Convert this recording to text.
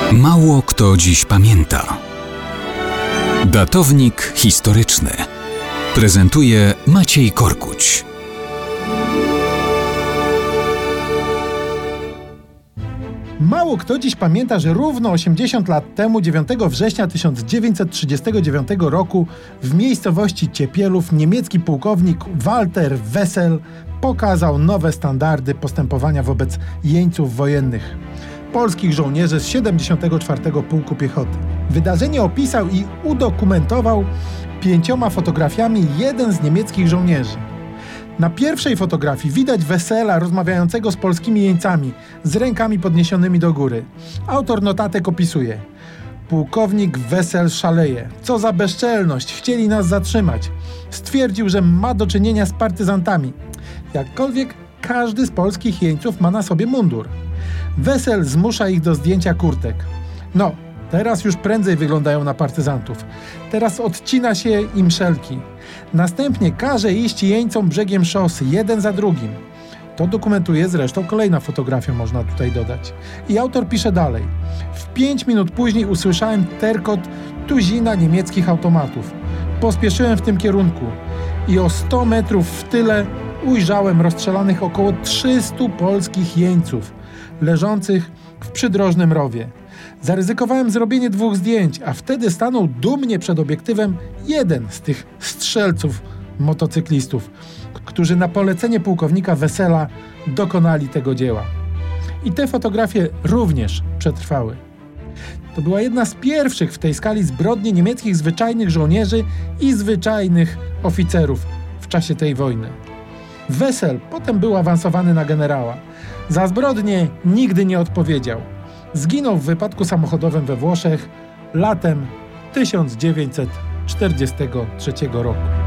Mało kto dziś pamięta. Datownik historyczny prezentuje Maciej Korkuć. Mało kto dziś pamięta, że równo 80 lat temu, 9 września 1939 roku, w miejscowości Ciepielów niemiecki pułkownik Walter Wessel pokazał nowe standardy postępowania wobec jeńców wojennych, polskich żołnierzy z 74. Pułku Piechoty. Wydarzenie opisał i udokumentował 5 fotografiami jeden z niemieckich żołnierzy. Na pierwszej fotografii widać Wessela rozmawiającego z polskimi jeńcami, z rękami podniesionymi do góry. Autor notatek opisuje: pułkownik Wessel szaleje. Co za bezczelność, chcieli nas zatrzymać. Stwierdził, że ma do czynienia z partyzantami. Jakkolwiek każdy z polskich jeńców ma na sobie mundur. Wessel zmusza ich do zdjęcia kurtek. No, teraz już prędzej wyglądają na partyzantów. Teraz odcina się im szelki. Następnie każe iść jeńcom brzegiem szosy, jeden za drugim. To dokumentuje zresztą kolejna fotografia, można tutaj dodać. I autor pisze dalej. W 5 minut później usłyszałem terkot tuzina niemieckich automatów. Pospieszyłem w tym kierunku i o 100 metrów w tyle ujrzałem rozstrzelanych około 300 polskich jeńców, leżących w przydrożnym rowie. Zaryzykowałem zrobienie 2 zdjęć, a wtedy stanął dumnie przed obiektywem jeden z tych strzelców motocyklistów, którzy na polecenie pułkownika Wessela dokonali tego dzieła. I te fotografie również przetrwały. To była jedna z pierwszych w tej skali zbrodni niemieckich zwyczajnych żołnierzy i zwyczajnych oficerów w czasie tej wojny. Wessel potem był awansowany na generała. Za zbrodnię nigdy nie odpowiedział. Zginął w wypadku samochodowym we Włoszech latem 1943 roku.